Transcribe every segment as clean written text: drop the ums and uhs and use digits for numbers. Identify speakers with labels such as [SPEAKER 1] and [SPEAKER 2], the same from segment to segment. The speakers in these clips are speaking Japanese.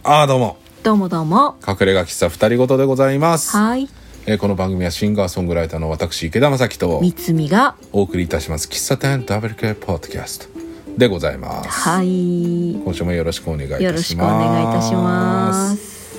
[SPEAKER 1] どうも
[SPEAKER 2] どうもどうも。
[SPEAKER 1] 隠れ家喫茶二人ごとでございます。
[SPEAKER 2] はい。
[SPEAKER 1] この番組はシンガーソングライターの私池田正樹と
[SPEAKER 2] みつみが
[SPEAKER 1] お送りいたします喫茶店 WK ポッドキャストでございます。
[SPEAKER 2] はい。
[SPEAKER 1] 今週もよろしくお願いいたします。
[SPEAKER 2] よろしくお願いいたします。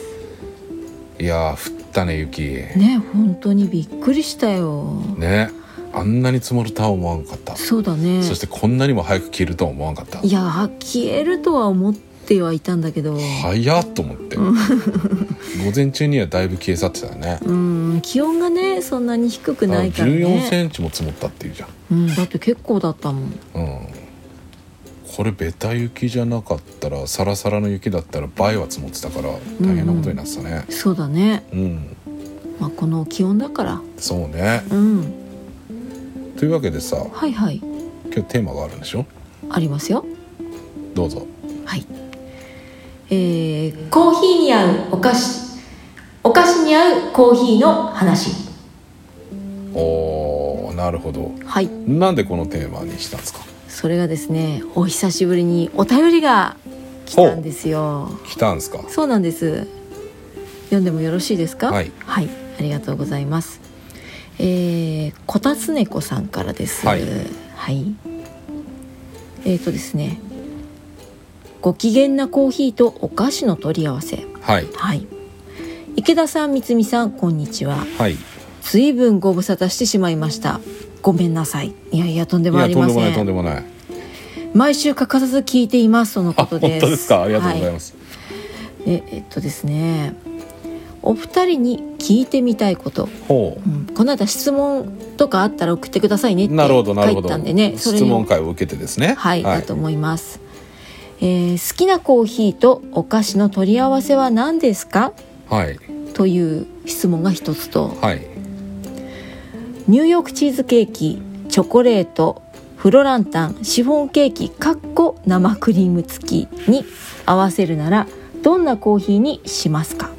[SPEAKER 1] いやー降ったね雪
[SPEAKER 2] ね、本当にびっくりしたよ
[SPEAKER 1] ね。あんなに積もるとは思わんかった。
[SPEAKER 2] そうだね。
[SPEAKER 1] そしてこんなにも早く消えるとは思わんかった。
[SPEAKER 2] いや消えるとは思ってはいたんだけど
[SPEAKER 1] 早っと思って午前中にはだいぶ消え去ってたよね。
[SPEAKER 2] 気温がねそんなに低くないからね。
[SPEAKER 1] 14センチも積もったっていうじゃん。
[SPEAKER 2] だって結構だったもん。
[SPEAKER 1] これベタ雪じゃなかったらサラサラの雪だったら倍は積もってたから大変なことになってたね。
[SPEAKER 2] そうだね。
[SPEAKER 1] まあ
[SPEAKER 2] この気温だから
[SPEAKER 1] そうね。というわけでさ、
[SPEAKER 2] はいはい、
[SPEAKER 1] 今日テーマがあるんでしょ。
[SPEAKER 2] ありますよ。
[SPEAKER 1] どうぞ。
[SPEAKER 2] はい。コーヒーに合うお菓子に合うコーヒーの話。
[SPEAKER 1] おー、なるほど。
[SPEAKER 2] はい。
[SPEAKER 1] なんでこのテーマにしたんですか。
[SPEAKER 2] それがですね、お久しぶりにお便りが来たんですよ。
[SPEAKER 1] 来たんですか。
[SPEAKER 2] そうなんです。読んでもよろしいですか。
[SPEAKER 1] はい、
[SPEAKER 2] はい、ありがとうございます。こたつねこさんからです。はい、はい、ですね、ご機嫌なコーヒーとお菓子の取り合わせ。
[SPEAKER 1] はい、
[SPEAKER 2] はい、池田さん、みつみさん、こんにちは。
[SPEAKER 1] はい。
[SPEAKER 2] 随分ご無沙汰してしまいました。ごめんなさい。いやいや、とんでもありません。
[SPEAKER 1] とんでもない。
[SPEAKER 2] 毎週欠かさず聞いていますとのことです。
[SPEAKER 1] 本当ですか。ありがとうございます。
[SPEAKER 2] はい、ですね、お二人に聞いてみたいこと、この後質問とかあったら送ってくださいねって書いたんでね、
[SPEAKER 1] 質問会を受けてですね。
[SPEAKER 2] はい、だと思います。好きなコーヒーとお菓子の取り合わせは何ですか、はい、という質問が一つと、はい、ニューヨークチーズケーキ、チョコレート、フロランタン、シフォンケーキ生クリーム付きに合わせるならどんなコーヒーにしますか。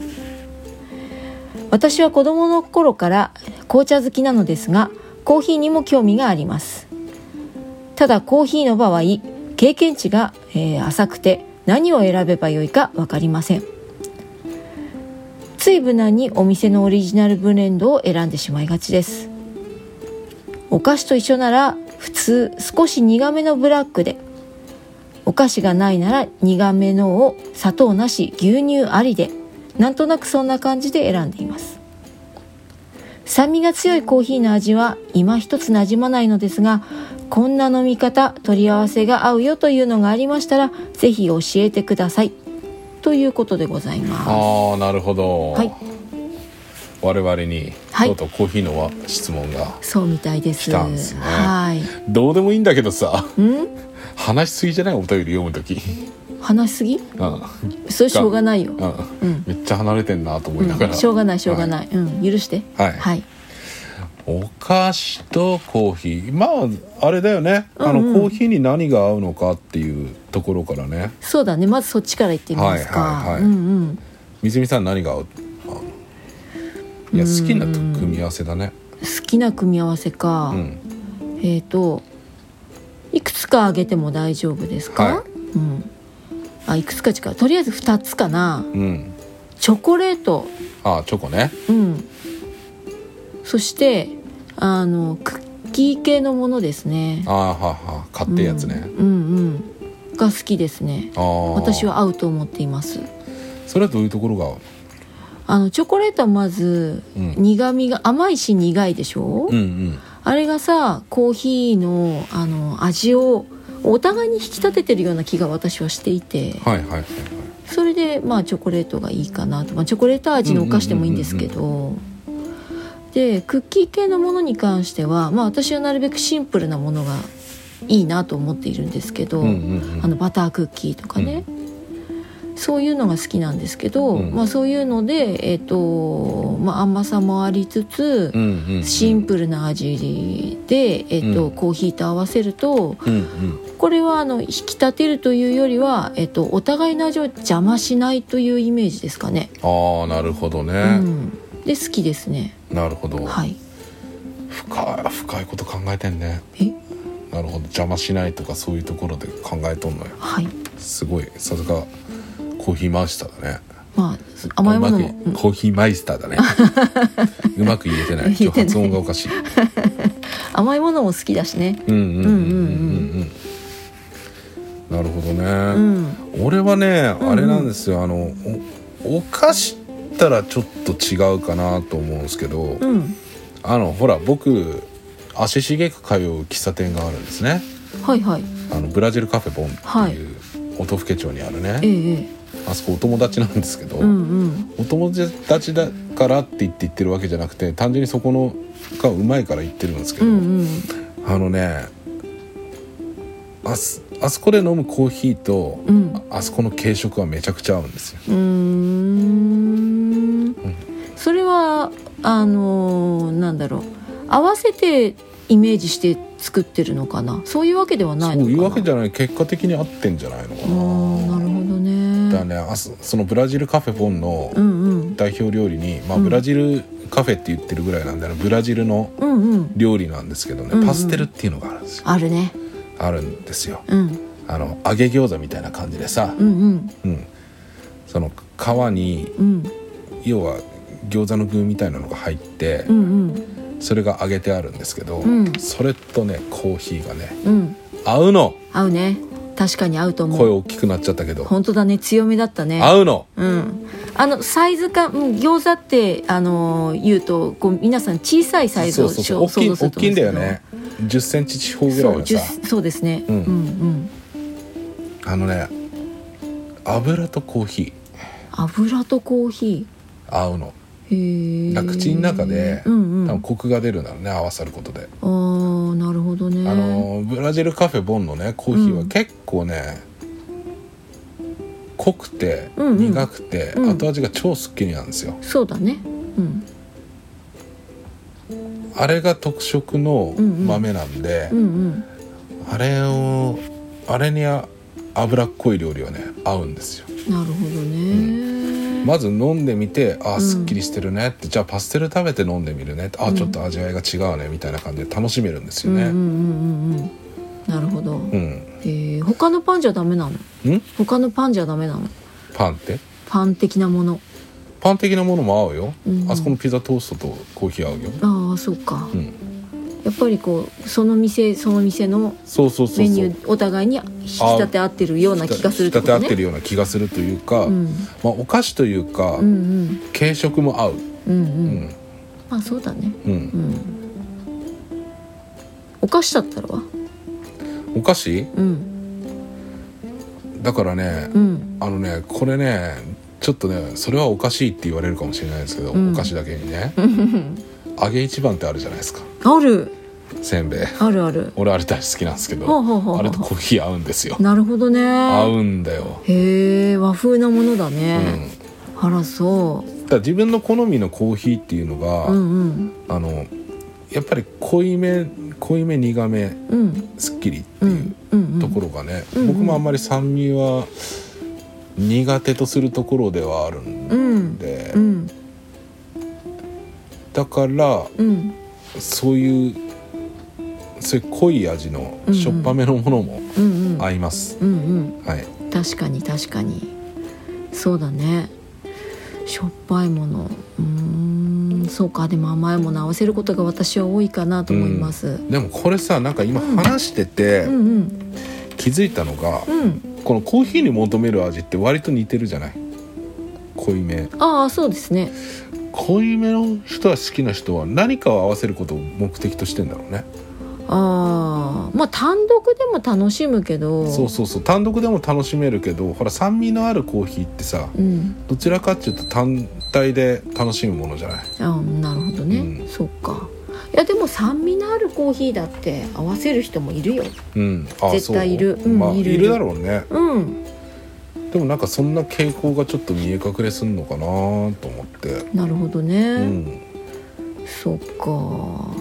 [SPEAKER 2] 私は子供の頃から紅茶好きなのですが、コーヒーにも興味があります。ただコーヒーの場合、経験値が、浅くて何を選べばよいか分かりません。つい無難にお店のオリジナルブレンドを選んでしまいがちです。お菓子と一緒なら普通少し苦めのブラックで、お菓子がないなら苦めのを砂糖なし牛乳ありで、なんとなくそんな感じで選んでいます。酸味が強いコーヒーの味は今一つ馴染まないのですが、こんな飲み方取り合わせが合うよというのがありましたらぜひ教えてくださいということでございます。
[SPEAKER 1] ああ、なるほど。はい、我々にとうとうコーヒーの質問が
[SPEAKER 2] そうみたいです。
[SPEAKER 1] 来たんですね。
[SPEAKER 2] はい、
[SPEAKER 1] どうでもいいんだけどさ、話しすぎじゃない。お便り読むとき
[SPEAKER 2] 話しすぎ、それしょうがないよ。
[SPEAKER 1] めっちゃ離れてんなと思いながら、
[SPEAKER 2] しょうがない、許して。はい、
[SPEAKER 1] お菓子とコーヒー、まああれだよね、コーヒーに何が合うのかっていうところからね。
[SPEAKER 2] そうだね、まずそっちから言ってみますか。
[SPEAKER 1] 水見さん何が合う。いや、好きな組み合わせだね。
[SPEAKER 2] 好きな組み合わせか、いくつかあげても大丈夫ですか。いくつかとりあえず2つかな。チョコレート。
[SPEAKER 1] チョコね。
[SPEAKER 2] そしてクッキー系のものですね。
[SPEAKER 1] 買ってやつね。
[SPEAKER 2] が好きですね。私は合うと思っています。
[SPEAKER 1] それはどういうところが合う。
[SPEAKER 2] チョコレートはまず、苦味が甘いし苦いでしょ。あれがさ、コーヒーの味をお互いに引き立ててるような気が私はしていて、それでチョコレートがいいかなと。チョコレート味のお菓子でもいいんですけど、でクッキー系のものに関しては、私はなるべくシンプルなものがいいなと思っているんですけど、バタークッキーとかね、そういうのが好きなんですけど、そういうので、甘さもありつつ、シンプルな味で、コーヒーと合わせると、これは引き立てるというよりは、お互いの味を邪魔しないというイメージですかね。
[SPEAKER 1] なるほどね。
[SPEAKER 2] で好きですね。
[SPEAKER 1] なるほど。
[SPEAKER 2] はい。
[SPEAKER 1] 深いこと考えてんね。なるほど。邪魔しないとかそういうところで考えとんのよ。はい。すごい。さすがココーヒーマイスターだね。
[SPEAKER 2] まあ甘いものも
[SPEAKER 1] コーヒーマイスターだねうまく言えてない。発音がおかしい
[SPEAKER 2] 甘いものも好きだしね。
[SPEAKER 1] なるほどね、俺はねあれなんですよ、お菓子ったらちょっと違うかなと思うんですけど、ほら僕足しげく通う喫茶店があるんですね。
[SPEAKER 2] はいはい。
[SPEAKER 1] ブラジルカフェボンっていう、音更県にあるね、あそこお友達なんですけど、お友達だからって言ってるわけじゃなくて、単純にそこのがうまいから言ってるんですけど、あそこで飲むコーヒーと、あそこの軽食はめちゃくちゃ合うんですよ。
[SPEAKER 2] それはなんだろう、合わせてイメージして作ってるのかな。そういうわけではないのかな。
[SPEAKER 1] そういうわけじゃない。結果的に合ってんじゃないのかな。
[SPEAKER 2] なるほどね。
[SPEAKER 1] だからね、そのブラジルカフェボンの代表料理に、ブラジルカフェって言ってるぐらいなんだよ、ブラジルの料理なんですけどね、パステルっていうのがあるんですよ。
[SPEAKER 2] あるね。
[SPEAKER 1] あるんですよ、揚げ餃子みたいな感じでさ、その皮に、要は餃子の具みたいなのが入って、それが揚げてあるんですけど、それとねコーヒーがね、合うの。
[SPEAKER 2] 合うね。確かに合うと思う。
[SPEAKER 1] 声大きくなっちゃったけど
[SPEAKER 2] 本当だね、強めだったね。
[SPEAKER 1] 合うの。
[SPEAKER 2] サイズ感、餃子って言うとこう皆さん小さいサイズを想像すると思うんですけど、
[SPEAKER 1] 大きいんだよね。10センチ四方ぐらいのさ。
[SPEAKER 2] そうですね。
[SPEAKER 1] 油とコーヒ
[SPEAKER 2] ー。油とコーヒ
[SPEAKER 1] ー合うの。口の中で、多分コクが出るんだろうね、合わさることで。
[SPEAKER 2] なるほどね。
[SPEAKER 1] ブラジルカフェボンのねコーヒーは結構ね、濃くて苦くて、後味が超すっきりなんですよ。
[SPEAKER 2] そうだね。
[SPEAKER 1] あれが特色の豆なんで、あれに脂っこい料理はね合うんですよ。
[SPEAKER 2] なるほどね。
[SPEAKER 1] まず飲んでみて、すっきりしてるねって、じゃあパステル食べて飲んでみるねって、ちょっと味わいが違うねみたいな感じで楽しめるんですよね。
[SPEAKER 2] なるほど。他のパンじゃダメなの？他のパンじゃダメなの？
[SPEAKER 1] パンって？
[SPEAKER 2] パン的なもの。
[SPEAKER 1] パン的なものも合うよ。あそこのピザトーストとコーヒー合うよ。
[SPEAKER 2] そうか。やっぱりこうその店のメニューお互いに引き立て合ってるような気がするってことね。引き立て合ってるような気がするというか、お菓子というか、軽食も合う。まあそうだね。お菓子だったらは？
[SPEAKER 1] お菓子？だからね、これねちょっとね、それはおかしいって言われるかもしれないですけど、お菓子だけにね揚げ一番ってあるじゃないですか。
[SPEAKER 2] ある。
[SPEAKER 1] せんべい。
[SPEAKER 2] あるある。
[SPEAKER 1] 俺あれ大好きなんですけど、あれとコーヒー合うんですよ。
[SPEAKER 2] なるほどね。
[SPEAKER 1] 合うんだよ。
[SPEAKER 2] へえ、和風なものだね。あら、そう。
[SPEAKER 1] だから自分の好みのコーヒーっていうのが、やっぱり濃いめ苦め、すっきりっていうところがね、僕もあんまり酸味は苦手とするところではあるんで、だから、そういう濃い味のしょっぱめのものも合います。
[SPEAKER 2] 確かに確かにそうだね。しょっぱいもの、そうか。でも甘いもの合わせることが私は多いかなと思います。
[SPEAKER 1] でもこれさ、なんか今話してて気づいたのが、このコーヒーに求める味って割と似てるじゃない。濃いめ。
[SPEAKER 2] そうですね。
[SPEAKER 1] 濃いめの人は好きな人は何かを合わせることを目的としてんだろうね。
[SPEAKER 2] まあ単独でも楽しむけど、
[SPEAKER 1] そう単独でも楽しめるけど、ほら酸味のあるコーヒーってさ、どちらかっていうと単体で楽しむものじゃない。
[SPEAKER 2] なるほどね、そっか。いやでも酸味のあるコーヒーだって合わせる人もいるよ。絶対いる。
[SPEAKER 1] いるだろうね。でもなんかそんな傾向がちょっと見え隠れすんのかなと思って。
[SPEAKER 2] なるほどね、そっか。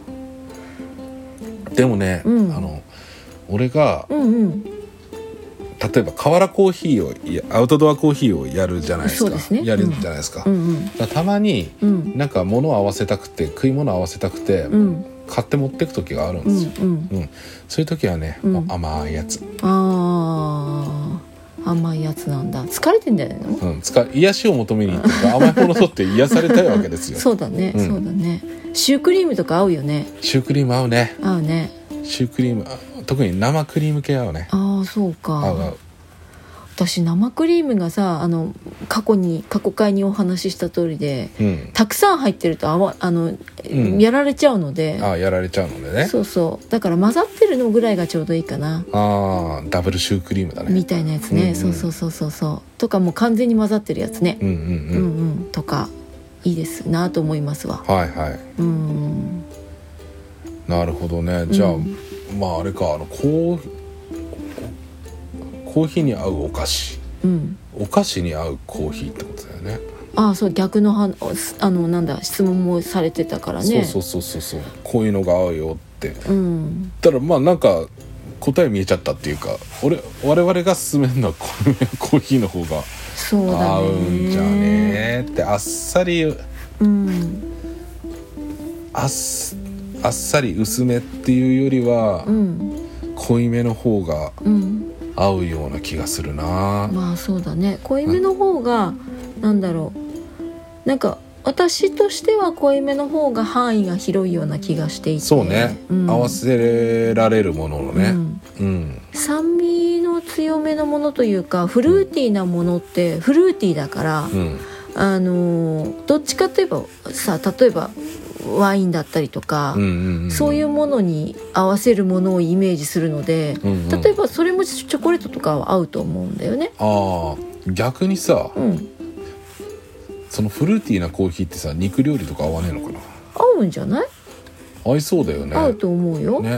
[SPEAKER 1] でもね、俺が、例えば瓦コーヒーをアウトドアコーヒーをやるじゃないですか。やるじゃないですか。たまに、なんか物を合わせたくて、食い物を合わせたくて、買って持ってく時があるんですよ。そういう時はね、もう甘いやつ。
[SPEAKER 2] 甘いやつなんだ。疲れてんじゃないの？
[SPEAKER 1] 癒しを求めに行って甘いもの取って癒されたいわけですよ。
[SPEAKER 2] そうだね、そうだね。シュークリームとか合うよね。
[SPEAKER 1] シュークリーム合うね。
[SPEAKER 2] 合うね。
[SPEAKER 1] シュークリーム特に生クリーム系合うね。
[SPEAKER 2] ああそうか。
[SPEAKER 1] 合う。
[SPEAKER 2] 私生クリームがさ過去回にお話しした通りで、たくさん入ってるとやられちゃうので。
[SPEAKER 1] やられちゃうのでね。
[SPEAKER 2] そうそうだから混ざってるのぐらいがちょうどいいかな。
[SPEAKER 1] ダブルシュークリームだね
[SPEAKER 2] みたいなやつね、そうとかもう完全に混ざってるやつね、とかいいですなと思いますわ。
[SPEAKER 1] はいはい。なるほどね。じゃあ、あれかコーヒーに合うお菓子、お菓子に合うコーヒーってことだよね。
[SPEAKER 2] そう逆のなんだ質問もされてたからね。
[SPEAKER 1] そうこういうのが合うよって、ただなんか答え見えちゃったっていうか我々が勧めるのはコーヒーの方が合うんじゃねってあっさり、あっさり薄めっていうよりは、濃いめの方が合うような気がするな。
[SPEAKER 2] そうだね。濃いめの方がなんだろう、なんか私としては濃いめの方が範囲が広いような気がしていて。
[SPEAKER 1] そうね、合わせられるもののね、
[SPEAKER 2] 酸味の強めのものというかフルーティーなものってフルーティーだから、どっちかといえばさ、例えばワインだったりとか、そういうものに合わせるものをイメージするので、例えばそれもチョコレートとかは合うと思うんだよね。
[SPEAKER 1] 逆にさ、そのフルーティーなコーヒーってさ肉料理とか合わねえのかな。
[SPEAKER 2] 合うんじゃない？
[SPEAKER 1] 合いそうだよね。
[SPEAKER 2] 合うと思うよ、ね。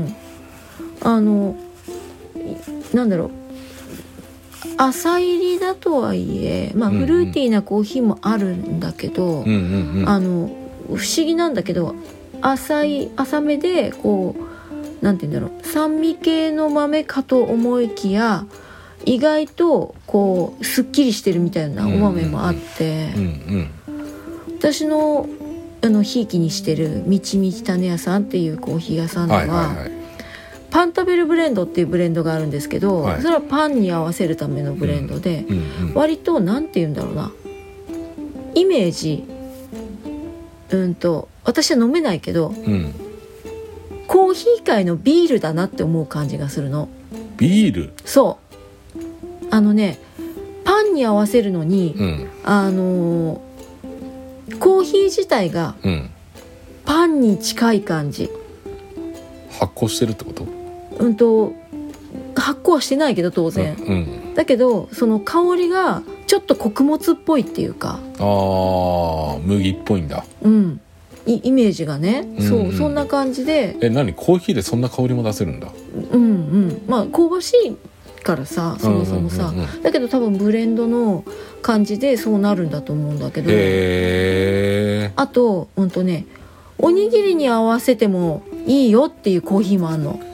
[SPEAKER 2] なんだろう、浅入りだとはいえ、フルーティーなコーヒーもあるんだけど、不思議なんだけど浅めでなんて言うんだろう、酸味系の豆かと思いきや意外とすっきりしてるみたいなお豆もあって、私のひいきにしてるみちみち種屋さんっていうコーヒー屋さんでは、パン食べるブレンドっていうブレンドがあるんですけど、それはパンに合わせるためのブレンドで、割となんて言うんだろうな、イメージ私は飲めないけど、コーヒー界のビールだなって思う感じがするの。
[SPEAKER 1] ビール？
[SPEAKER 2] そうパンに合わせるのに、コーヒー自体がパンに近い感じ。
[SPEAKER 1] 発酵してるってこと？
[SPEAKER 2] 発酵はしてないけど当然、だけどその香りがちょっと穀物っぽいっていうか、
[SPEAKER 1] 麦っぽいんだ。
[SPEAKER 2] イメージがね、そんな感じで。
[SPEAKER 1] 何コーヒーでそんな香りも出せるんだ。
[SPEAKER 2] 香ばしいからさ、そもそもさ、だけど多分ブレンドの感じでそうなるんだと思うんだけど、あとおにぎりに合わせてもいいよっていうコーヒーもあんの。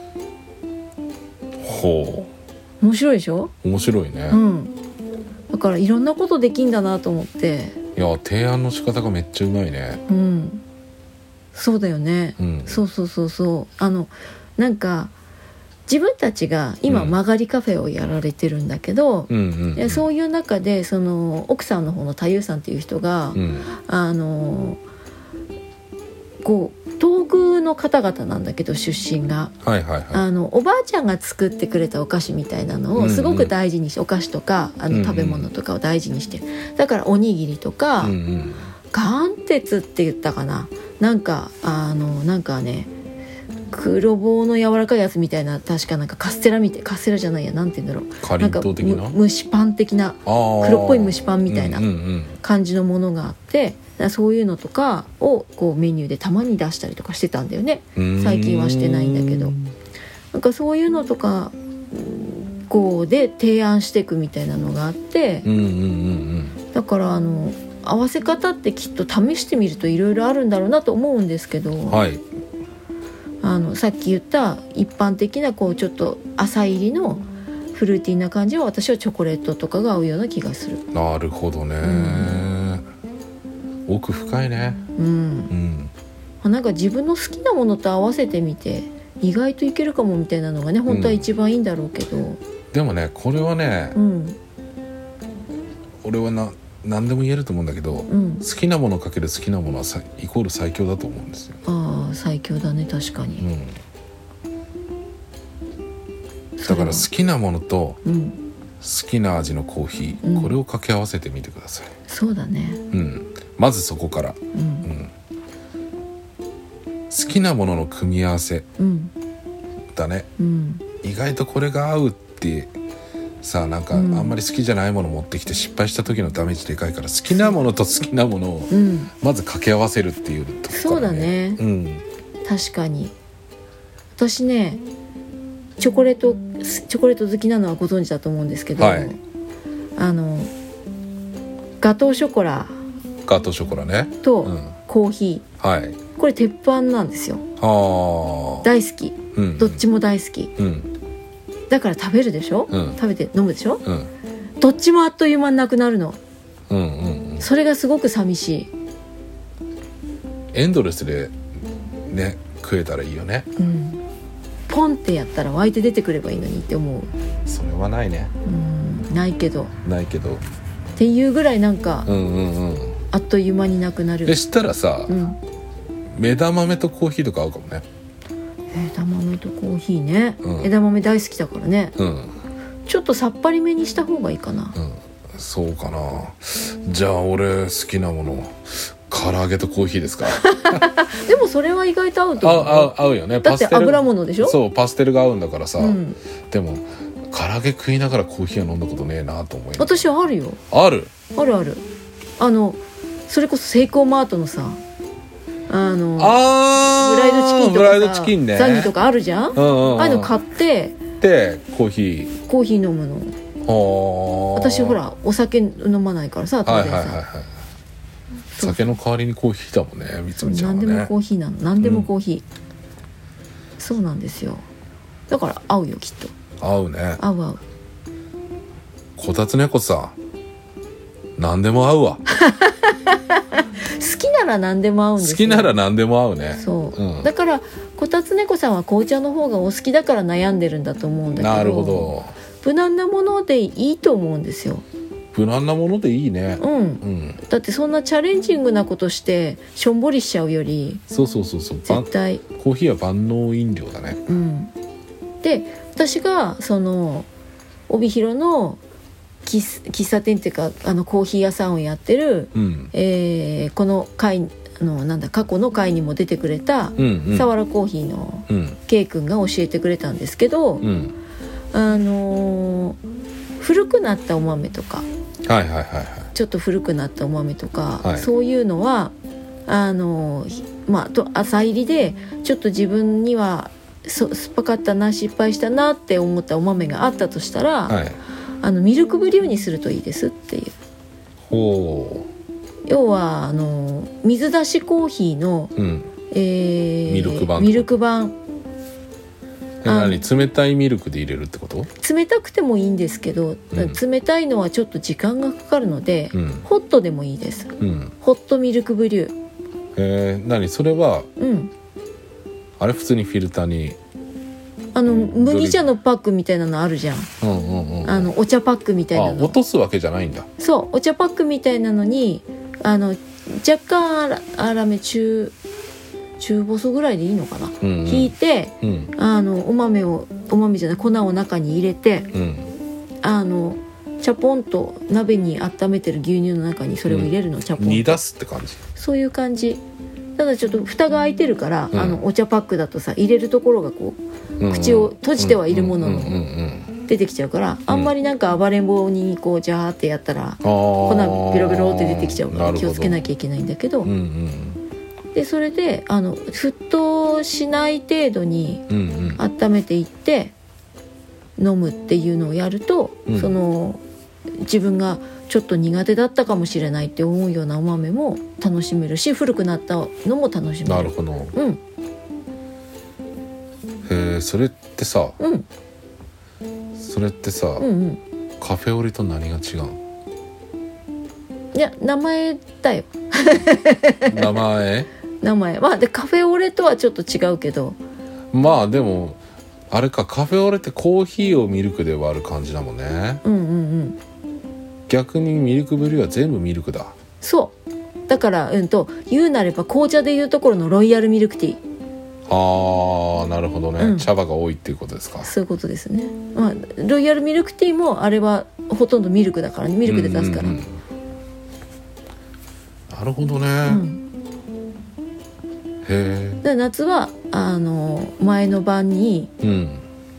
[SPEAKER 2] 面白いでしょ？面
[SPEAKER 1] 白いね。
[SPEAKER 2] だからいろんなことできんだなと思って。
[SPEAKER 1] いや提案の仕方がめっちゃうまいね。
[SPEAKER 2] そうだよね。そうなんか自分たちが今曲がりカフェをやられてるんだけど、そういう中でその奥さんの方の太夫さんっていう人が、東北の方々なんだけど出身が、おばあちゃんが作ってくれたお菓子みたいなのをすごく大事にして、お菓子とか食べ物とかを大事にしてる。だからおにぎりとか、貫徹って言ったかな、なんかね、黒棒の柔らかいやつみたいな、確かなんかカステラじゃないや、なんて言うんだろう、
[SPEAKER 1] かりんとう的な
[SPEAKER 2] 蒸しパン的な、黒っぽい蒸しパンみたいな感じのものがあって、そういうのとかをメニューでたまに出したりとかしてたんだよね。最近はしてないんだけど、なんかそういうのとかで提案していくみたいなのがあって、だから合わせ方ってきっと試してみるといろいろあるんだろうなと思うんですけど、さっき言った一般的なちょっと浅入りのフルーティーな感じは私はチョコレートとかが合うような気がする。
[SPEAKER 1] なるほどね、奥深いね。
[SPEAKER 2] なんか自分の好きなものと合わせてみて意外といけるかもみたいなのがね、本当は一番いいんだろうけど、
[SPEAKER 1] でもねこれはね、俺は何でも言えると思うんだけど、好きなものかける好きなものはイコール最強だと思うんですよ。
[SPEAKER 2] ああ最強だね確かに、
[SPEAKER 1] だから好きなものと好きな味のコーヒー、これを掛け合わせてみてください。
[SPEAKER 2] そうだね、
[SPEAKER 1] まずそこから、好きなものの組み合わせ、だね、意外とこれが合うってさなんかあんまり好きじゃないもの持ってきて失敗した時のダメージでかいから、好きなものと好きなものをまず掛け合わせるっていうところからね。
[SPEAKER 2] そうだね、確かに私ねチョコレート好きなのはご存知だと思うんですけど、ガトーショコラ
[SPEAKER 1] ね
[SPEAKER 2] とコーヒ
[SPEAKER 1] ー、
[SPEAKER 2] これ鉄板なんですよ。大好き、どっちも大好き、だから食べるでしょ、食べて飲むでしょ、どっちもあっという間になくなるの、それがすごく寂しい。
[SPEAKER 1] エンドレスでね食えたらいいよね、
[SPEAKER 2] ポンってやったら湧いて出てくればいいのにって思う。
[SPEAKER 1] それはないね。
[SPEAKER 2] ないけどっていうぐらいなんか、あっという間になくなる。
[SPEAKER 1] でしたらさ、枝豆とコーヒーとか合うかもね。
[SPEAKER 2] 枝豆とコーヒーね、枝豆大好きだからね、ちょっとさっぱりめにした方がいいかな、
[SPEAKER 1] そうかな。じゃあ俺好きなもの唐揚げとコーヒーですか
[SPEAKER 2] でもそれは意外と合うと思う。
[SPEAKER 1] 合うよね。
[SPEAKER 2] だって油物でしょ。
[SPEAKER 1] そうパステルが合うんだからさ、でも唐揚げ食いながらコーヒーは飲んだことねえなと思います。
[SPEAKER 2] 私はあるよ。
[SPEAKER 1] ある
[SPEAKER 2] それこそセイコーマートのさフライドチキンとかさ、ザギとかあるじゃん、ああいうの買って
[SPEAKER 1] でコーヒー
[SPEAKER 2] 飲むの。私ほらお酒飲まないからさ、当然さ、
[SPEAKER 1] 酒の代わりにコーヒーだもんね、みつみちゃんはね。
[SPEAKER 2] 何でもコーヒーなの、何でもコーヒー、そうなんですよ。だから合うよきっと。
[SPEAKER 1] 合うね。
[SPEAKER 2] 合う。
[SPEAKER 1] こたつ猫さん何でも合うわ
[SPEAKER 2] 好きなら何でも合うんですよ。
[SPEAKER 1] 好きなら何でも合うね。
[SPEAKER 2] そう、だからこたつ猫さんは紅茶の方がお好きだから悩んでるんだと思うんだけど。
[SPEAKER 1] なるほど。
[SPEAKER 2] 無難なものでいいと思うんですよ。
[SPEAKER 1] 無難なものでいいね。
[SPEAKER 2] だってそんなチャレンジングなことしてしょんぼりしちゃうより、
[SPEAKER 1] そう
[SPEAKER 2] 絶対
[SPEAKER 1] コーヒーは万能飲料だね。
[SPEAKER 2] で私がその帯広の喫茶店っていうかコーヒー屋さんをやってる、この回過去の回にも出てくれたさわらコーヒーの K 君が教えてくれたんですけど、古くなったお豆とか、ちょっと古くなったお豆とか、そういうのは朝入りでちょっと自分には酸っぱかったな、失敗したなって思ったお豆があったとしたら、ミルクブリューにするといいですっていう。要は水出しコーヒーの、ミルク版。
[SPEAKER 1] 冷たいミルクで入れるってこと？
[SPEAKER 2] 冷たくてもいいんですけど、冷たいのはちょっと時間がかかるので、ホットでもいいです、ホットミルクブリュー。
[SPEAKER 1] それは、あれ普通にフィルターに
[SPEAKER 2] 麦茶のパックみたいなのあるじゃん、お茶パックみたいなの。
[SPEAKER 1] 落とすわけじゃないんだ。
[SPEAKER 2] そう、お茶パックみたいなのに若干粗め中細ぐらいでいいのかな、引いて、お豆じゃない粉を中に入れて、チャポンと鍋に温めてる牛乳の中にそれを入れるの、チャポンと
[SPEAKER 1] 煮出すって感じ。
[SPEAKER 2] そういう感じ。ただちょっと蓋が開いてるから、お茶パックだとさ入れるところがこう、口を閉じてはいるものの出てきちゃうから、あんまりなんか暴れん坊にこうジャーってやったら粉ベロベロって出てきちゃうから気をつけなきゃいけないんだけど、でそれで沸騰しない程度に温めていって飲むっていうのをやると、その自分がちょっと苦手だったかもしれないって思うようなお豆も楽しめるし、古くなったのも楽しめる。
[SPEAKER 1] なるほど。それってさ、カフェオレと何が違う？
[SPEAKER 2] いや、名前だよ
[SPEAKER 1] 名前
[SPEAKER 2] でカフェオレとはちょっと違うけど、
[SPEAKER 1] でもあれか、カフェオレってコーヒーをミルクで割る感じだもんね。
[SPEAKER 2] うんうんうん。
[SPEAKER 1] 逆にミルクブリューは全部ミルクだ。
[SPEAKER 2] そうだから言うなれば紅茶でいうところのロイヤルミルクティー。
[SPEAKER 1] ああ、なるほどね、うん、茶葉が多いっていうことですか。
[SPEAKER 2] そういうことですね。まあロイヤルミルクティーもあれはほとんどミルクだからね、ミルクで出すから、うんうんうん、
[SPEAKER 1] なるほどね、うん、へえ。
[SPEAKER 2] 夏は前の晩に、うん、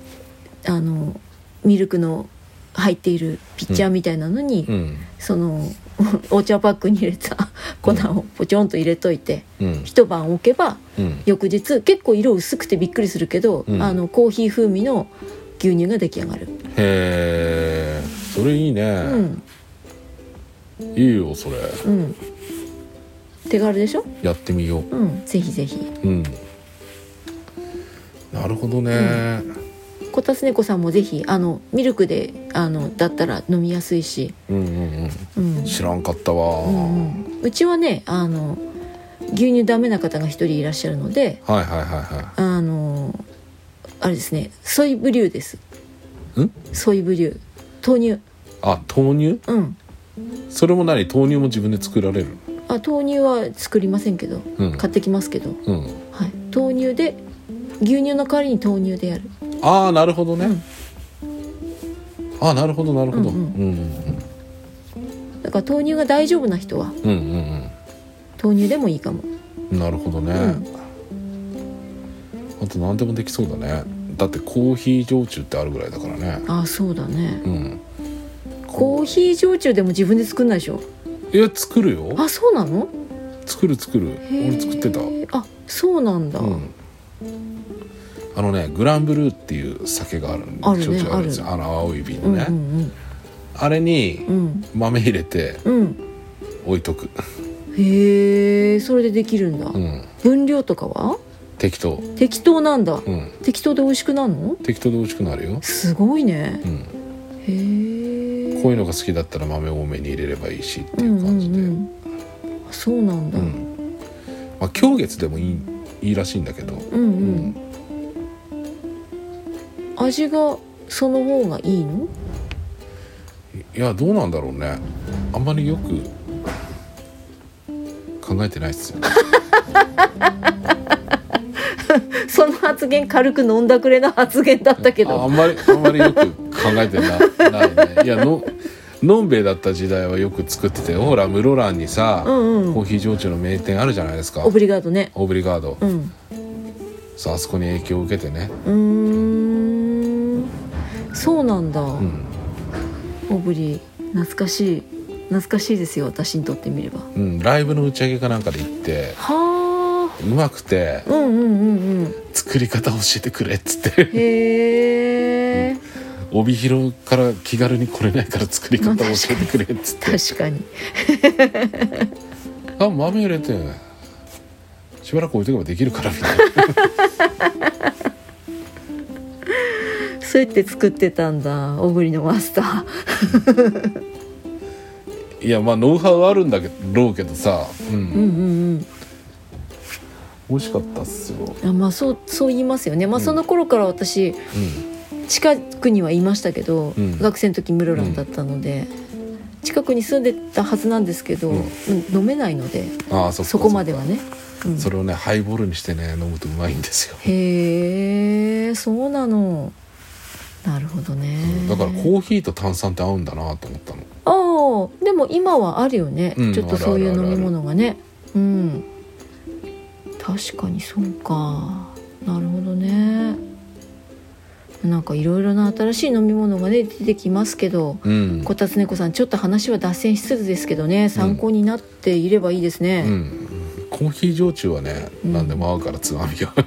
[SPEAKER 2] ミルクの入っているピッチャーみたいなのに、うん、そのお茶パックに入れた粉をポチョンと入れといて、うん、一晩置けば、うん、翌日結構色薄くてびっくりするけど、うん、コーヒー風味の牛乳が出来上がる。
[SPEAKER 1] へえ、それいいね、うん、いいよそれ、うん、
[SPEAKER 2] 手軽でしょ。
[SPEAKER 1] やってみよう、
[SPEAKER 2] うん、ぜひぜひ、うん、
[SPEAKER 1] なるほどね、
[SPEAKER 2] こたつ猫さんもぜひミルクでだったら飲みやすいし、うんうん
[SPEAKER 1] うんうん、知らんかったわ、うん
[SPEAKER 2] うん、うちはね牛乳ダメな方が一人いらっしゃるので、
[SPEAKER 1] はいはいはいはい、
[SPEAKER 2] あれですね、ソイブリューです。ソイブリュー、豆乳。
[SPEAKER 1] あ、豆乳？うん。それも何？豆乳も自分で作られる？
[SPEAKER 2] あ、豆乳は作りませんけど、うん、買ってきますけど、うん、はい、豆乳で牛乳の代わりに豆乳でやる。
[SPEAKER 1] ああ、なるほどね、うん、ああ、なるほどなるほど、うんうんうん、
[SPEAKER 2] だから豆乳が大丈夫な人は、うんうんうん、豆乳でもいいかも。
[SPEAKER 1] なるほどね、うん、あと何でもできそうだね。だってコーヒー焼酎ってあるぐらいだからね。
[SPEAKER 2] あ、そうだね、うん、コーヒー焼酎でも自分で作んないでしょ。
[SPEAKER 1] いや、作るよ。
[SPEAKER 2] あ、そうなの？
[SPEAKER 1] 作る俺作ってた。
[SPEAKER 2] あ、そうなんだ、うん、
[SPEAKER 1] グランブルーっていう酒があるんで、焼酎あるんですよ。青い瓶のね、うんうんうん、あれに豆入れて置いとく、
[SPEAKER 2] へえ、それでできるんだ、うん、分量とかは
[SPEAKER 1] 適
[SPEAKER 2] 当なんだ、うん、適当で美味しくなるの？
[SPEAKER 1] 適当で美味しくなるよ。
[SPEAKER 2] すごいね、うん、
[SPEAKER 1] へえ。こういうのが好きだったら豆多めに入れればいいしっていう感じで、うんうんうん、
[SPEAKER 2] そうなんだ、うん、
[SPEAKER 1] まあ、狂月でもいいらしいんだけど、うんうん、
[SPEAKER 2] 味がその方がいいの？
[SPEAKER 1] いや、どうなんだろうね。あんまりよく考えてないっすよ
[SPEAKER 2] その発言軽く飲んだくれな発言だったけど、
[SPEAKER 1] あんまりよく考えてないね。いや、のんべえだった時代はよく作ってて、ほら室蘭にさ、うんうん、コーヒー焼酎の名店あるじゃないですか。
[SPEAKER 2] オブリガードね。
[SPEAKER 1] オブリガード、うん、そう、あそこに影響を受けてね。
[SPEAKER 2] そうなんだ、うん、オブリ懐かしいですよ、私にとってみれば、
[SPEAKER 1] うん、ライブの打ち上げかなんかで行って、はあ、うまくて、うんうんうんうん、作り方教えてくれっつってへえ、うん、帯広から気軽に来れないから作り方教えてくれっつって
[SPEAKER 2] 確かに
[SPEAKER 1] あ、豆入れてしばらく置いとけばできるからみたいな
[SPEAKER 2] そうやって作ってたんだ、小栗のマスター
[SPEAKER 1] いや、まあノウハウあるんだろうけどさ、うん、うんうんうん、美味しかったっすよ。
[SPEAKER 2] あ、まあ、そう言いますよね、まあ、その頃から私、うん、近くにはいましたけど、うん、学生の時室蘭だったので、うん、近くに住んでたはずなんですけど、うん、飲めないので、そこまではね、
[SPEAKER 1] うん、それをねハイボールにしてね飲むとうまいんですよ。
[SPEAKER 2] へえ、そうなの。なるほどね、
[SPEAKER 1] うん、だからコーヒーと炭酸って合うんだなと思ったの。
[SPEAKER 2] ああ、でも今はあるよね、うん、ちょっとそういう飲み物がね、うん、確かにそうか。なるほどね。なんかいろいろな新しい飲み物がね出てきますけど、うん、こたつ猫さんちょっと話は脱線しつつですけどね、参考になっていればいいですね、うんうん、
[SPEAKER 1] コーヒー焼酎はね、何でも合うからつまみが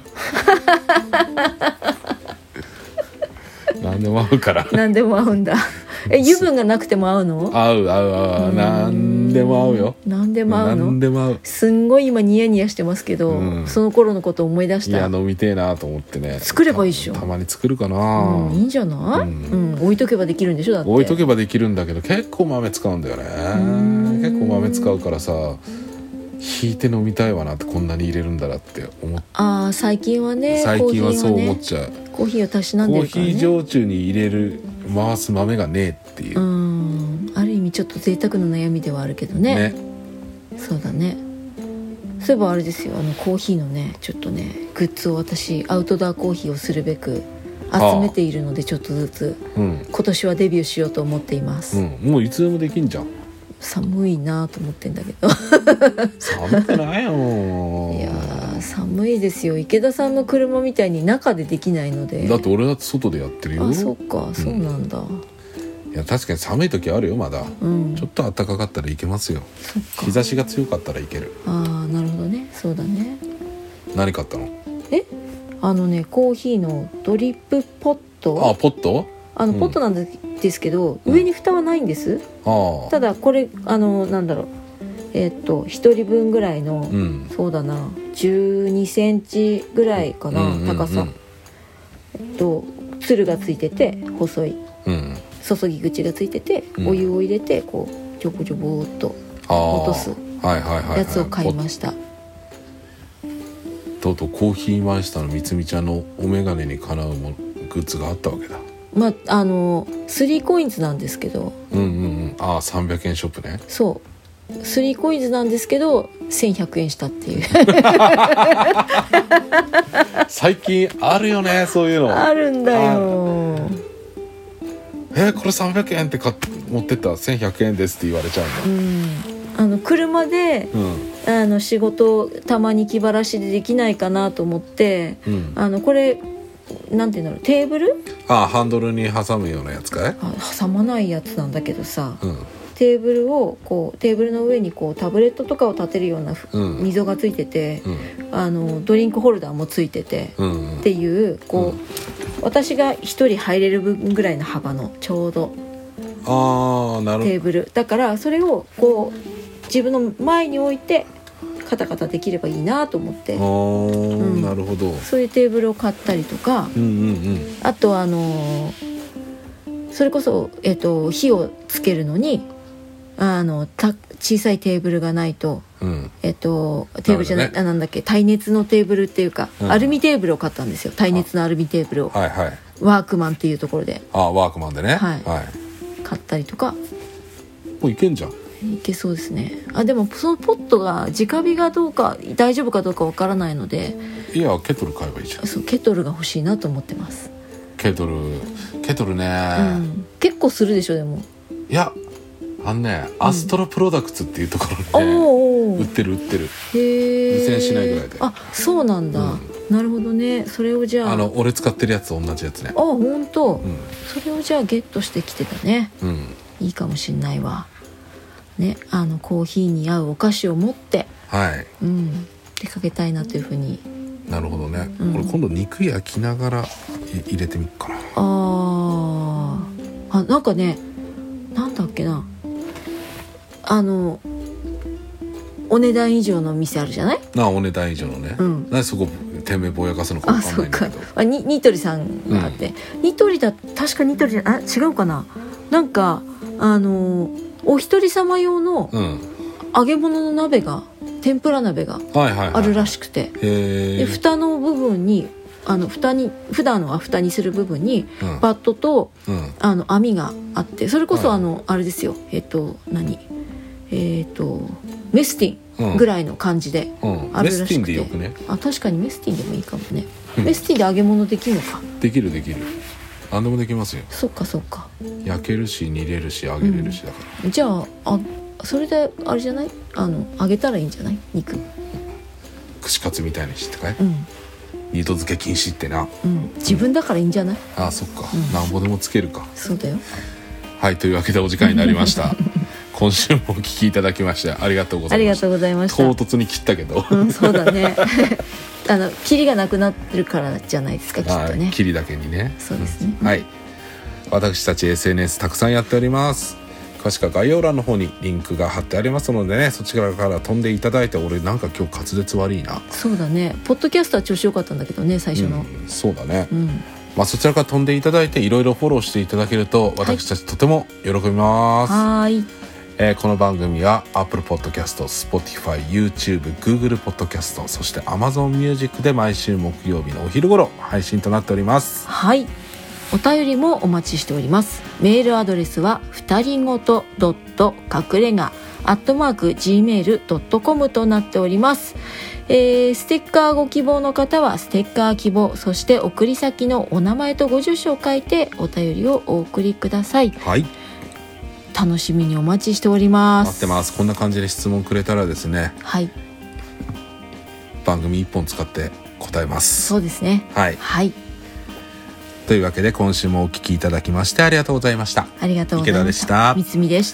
[SPEAKER 1] 何でも合うから
[SPEAKER 2] 何でも合うんだ油分がなくても合うの？
[SPEAKER 1] 合う何でも合うよ。
[SPEAKER 2] 何でも合うの？
[SPEAKER 1] 何でも合う。
[SPEAKER 2] すんごい今ニヤニヤしてますけど、うん、その頃のことを思い出した。
[SPEAKER 1] いや飲みてえなと思ってね。
[SPEAKER 2] 作ればいいっしょ。
[SPEAKER 1] たまに作るかな、
[SPEAKER 2] うん、いいんじゃない、うんうん、置いとけばできるんでしょ。だって
[SPEAKER 1] 置いとけばできるんだけど結構豆使うんだよね。結構豆使うからさ、冷引いて飲みたいわなって、こんなに入れるんだなって思って。
[SPEAKER 2] 最近はね、
[SPEAKER 1] 最近はそう思っちゃう。
[SPEAKER 2] コーヒーをたしなんでるからね。
[SPEAKER 1] コーヒー焼酎に入れる回す豆がねえっていう。
[SPEAKER 2] ある意味ちょっと贅沢な悩みではあるけどね。そうだね。そういえばあれですよ、コーヒーのねちょっとねグッズを私アウトドアコーヒーをするべく集めているので、ちょっとずつ、今年はデビューしようと思っています。
[SPEAKER 1] もういつでもできんじゃん。
[SPEAKER 2] 寒いなと思ってんだけど
[SPEAKER 1] 寒くないよ
[SPEAKER 2] いや寒いですよ。池田さんの車みたいに中でできないので。
[SPEAKER 1] だって俺だって外でやってるよ。
[SPEAKER 2] そっか、そうなんだ。
[SPEAKER 1] いや確かに寒い時あるよまだ、ちょっと暖かかったらいけますよ。
[SPEAKER 2] そっか、
[SPEAKER 1] 日差しが強かったらいける。
[SPEAKER 2] なるほどね。そうだね。
[SPEAKER 1] 何買ったの？
[SPEAKER 2] コーヒーのドリップポット。
[SPEAKER 1] ポット？
[SPEAKER 2] ポットなんですけど、上に蓋はないんです。ただこれなんだろう、1人分ぐらいの、そうだな12センチぐらいかな、高さ、つるがついてて細い、注ぎ口がついてて、お湯を入れてこうジョボジョボーっと落とすやつを買いました。
[SPEAKER 1] とうとうコーヒーマイスターのみつみちゃんのお眼鏡にかなうグッズがあったわけだ。
[SPEAKER 2] 3コインズなんですけど、
[SPEAKER 1] 300円ショップね。
[SPEAKER 2] そう3コインズなんですけど1100円したっていう
[SPEAKER 1] 最近あるよね、そういうの。
[SPEAKER 2] あるんだよ。
[SPEAKER 1] これ300円って持ってったら1100円ですって言われちゃうんだ。
[SPEAKER 2] 車で、仕事たまに気晴らしでできないかなと思って、これなんていうの、テーブル？
[SPEAKER 1] ハンドルに挟むようなやつかい？
[SPEAKER 2] 挟まないやつなんだけどさ、テーブルをテーブルの上にタブレットとかを立てるような溝がついてて、ドリンクホルダーもついてて、っていう私が一人入れる分ぐらいの幅のちょうどテーブルだから、それを自分の前に置いてカタカタできればいいなと思って、
[SPEAKER 1] なるほど。
[SPEAKER 2] そういうテーブルを買ったりとか、あとそれこそ、火をつけるのに小さいテーブルがないと、テーブルじゃない、なんだっけ、耐熱のテーブルっていうか、アルミテーブルを買ったんですよ。耐熱のアルミテーブルを、ワークマンっていうところで、
[SPEAKER 1] ワークマンでね、
[SPEAKER 2] 買ったりとか。
[SPEAKER 1] もういけんじゃん。
[SPEAKER 2] いけそうですね。でもそのポットが直火がどうか大丈夫かどうかわからないので、
[SPEAKER 1] いやケトル買えばいいじゃん。
[SPEAKER 2] そう、ケトルが欲しいなと思ってます。
[SPEAKER 1] ケトルね、
[SPEAKER 2] 結構するでしょ。でも
[SPEAKER 1] いやアストロプロダクツっていうところで、売ってる2000円しないぐらいで。そうなんだ、なるほどね。それをじゃあ俺使ってるやつと同じやつね。
[SPEAKER 2] 本当、それをじゃあゲットしてきてたね。いいかもしんないわね。コーヒーに合うお菓子を持って、出かけたいなというふうに。
[SPEAKER 1] なるほどね、これ今度肉焼きながら入れてみっかな。
[SPEAKER 2] なんかね、なんだっけな、お値段以上の店あるじゃない？
[SPEAKER 1] お値段以上のね、なんでそこ店名ぼやかすのか分かんないんだけど。
[SPEAKER 2] ニトリさんがあって、ニトリだ、確かニトリじゃ違うかな、なんかお一人様用の揚げ物の鍋が、天ぷら鍋があるらしくて、で蓋の部分に普段は蓋にする部分にバットと、網があって、それこそあれですよ、メスティンぐらいの感じであるらしくて、メスティンでよくね。確かにメスティンでもいいかもね。メスティンで揚げ物できるのか。
[SPEAKER 1] できる何でもできますよ。そっ
[SPEAKER 2] か
[SPEAKER 1] 焼けるし煮れるし揚げれるし、だから、
[SPEAKER 2] じゃあそれであれじゃない、揚げたらいいんじゃない？肉
[SPEAKER 1] 串カツみたいにしてかい、二度漬け禁止ってな、
[SPEAKER 2] 自分だからいいんじゃない？
[SPEAKER 1] そっか、なんぼでもつけるか。
[SPEAKER 2] そうだよ。
[SPEAKER 1] はい、というわけでお時間になりました今週もお聞きいただきましてありがとうございました。
[SPEAKER 2] ありがとうございました。
[SPEAKER 1] 唐突に切ったけど、
[SPEAKER 2] そうだねキリがなくなってるからじゃないですか、きっとね。
[SPEAKER 1] キリだけにね。
[SPEAKER 2] そうですね、
[SPEAKER 1] はい。私たち SNS たくさんやっております。詳しくは概要欄の方にリンクが貼ってありますのでね、そちらから飛んでいただいて。俺なんか今日滑舌悪いな。そうだね、
[SPEAKER 2] ポッドキャストは調子良かったんだけどね、最初の、
[SPEAKER 1] そうだね、そちらから飛んでいただいていろいろフォローしていただけると私たちとても喜びます。
[SPEAKER 2] はい。
[SPEAKER 1] この番組は Apple Podcast、Spotify、YouTube、Google Podcast、そして Amazon Music で毎週木曜日のお昼頃配信となっております。
[SPEAKER 2] はい、お便りもお待ちしております。メールアドレスは二人ごと隠れ家@gmail.com となっております。ステッカーご希望の方はステッカー希望、そして送り先のお名前とご住所を書いてお便りをお送りください。
[SPEAKER 1] はい、
[SPEAKER 2] 楽しみにお待ちしております。
[SPEAKER 1] 待ってます。こんな感じで質問くれたらですね、
[SPEAKER 2] はい、
[SPEAKER 1] 番組1本使って答えます。
[SPEAKER 2] そうですね。
[SPEAKER 1] はい、
[SPEAKER 2] はい、
[SPEAKER 1] というわけで今週もお聞きいただきましてありがとうございました。
[SPEAKER 2] ありがとうございました。
[SPEAKER 1] 池田でした。
[SPEAKER 2] みつみでした。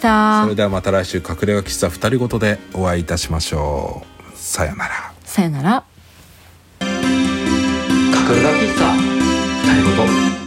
[SPEAKER 1] それではまた来週隠れ家喫茶二人ごとでお会いいたしましょう。さよなら。
[SPEAKER 2] さよなら。
[SPEAKER 1] 隠れ家喫茶二人ごと。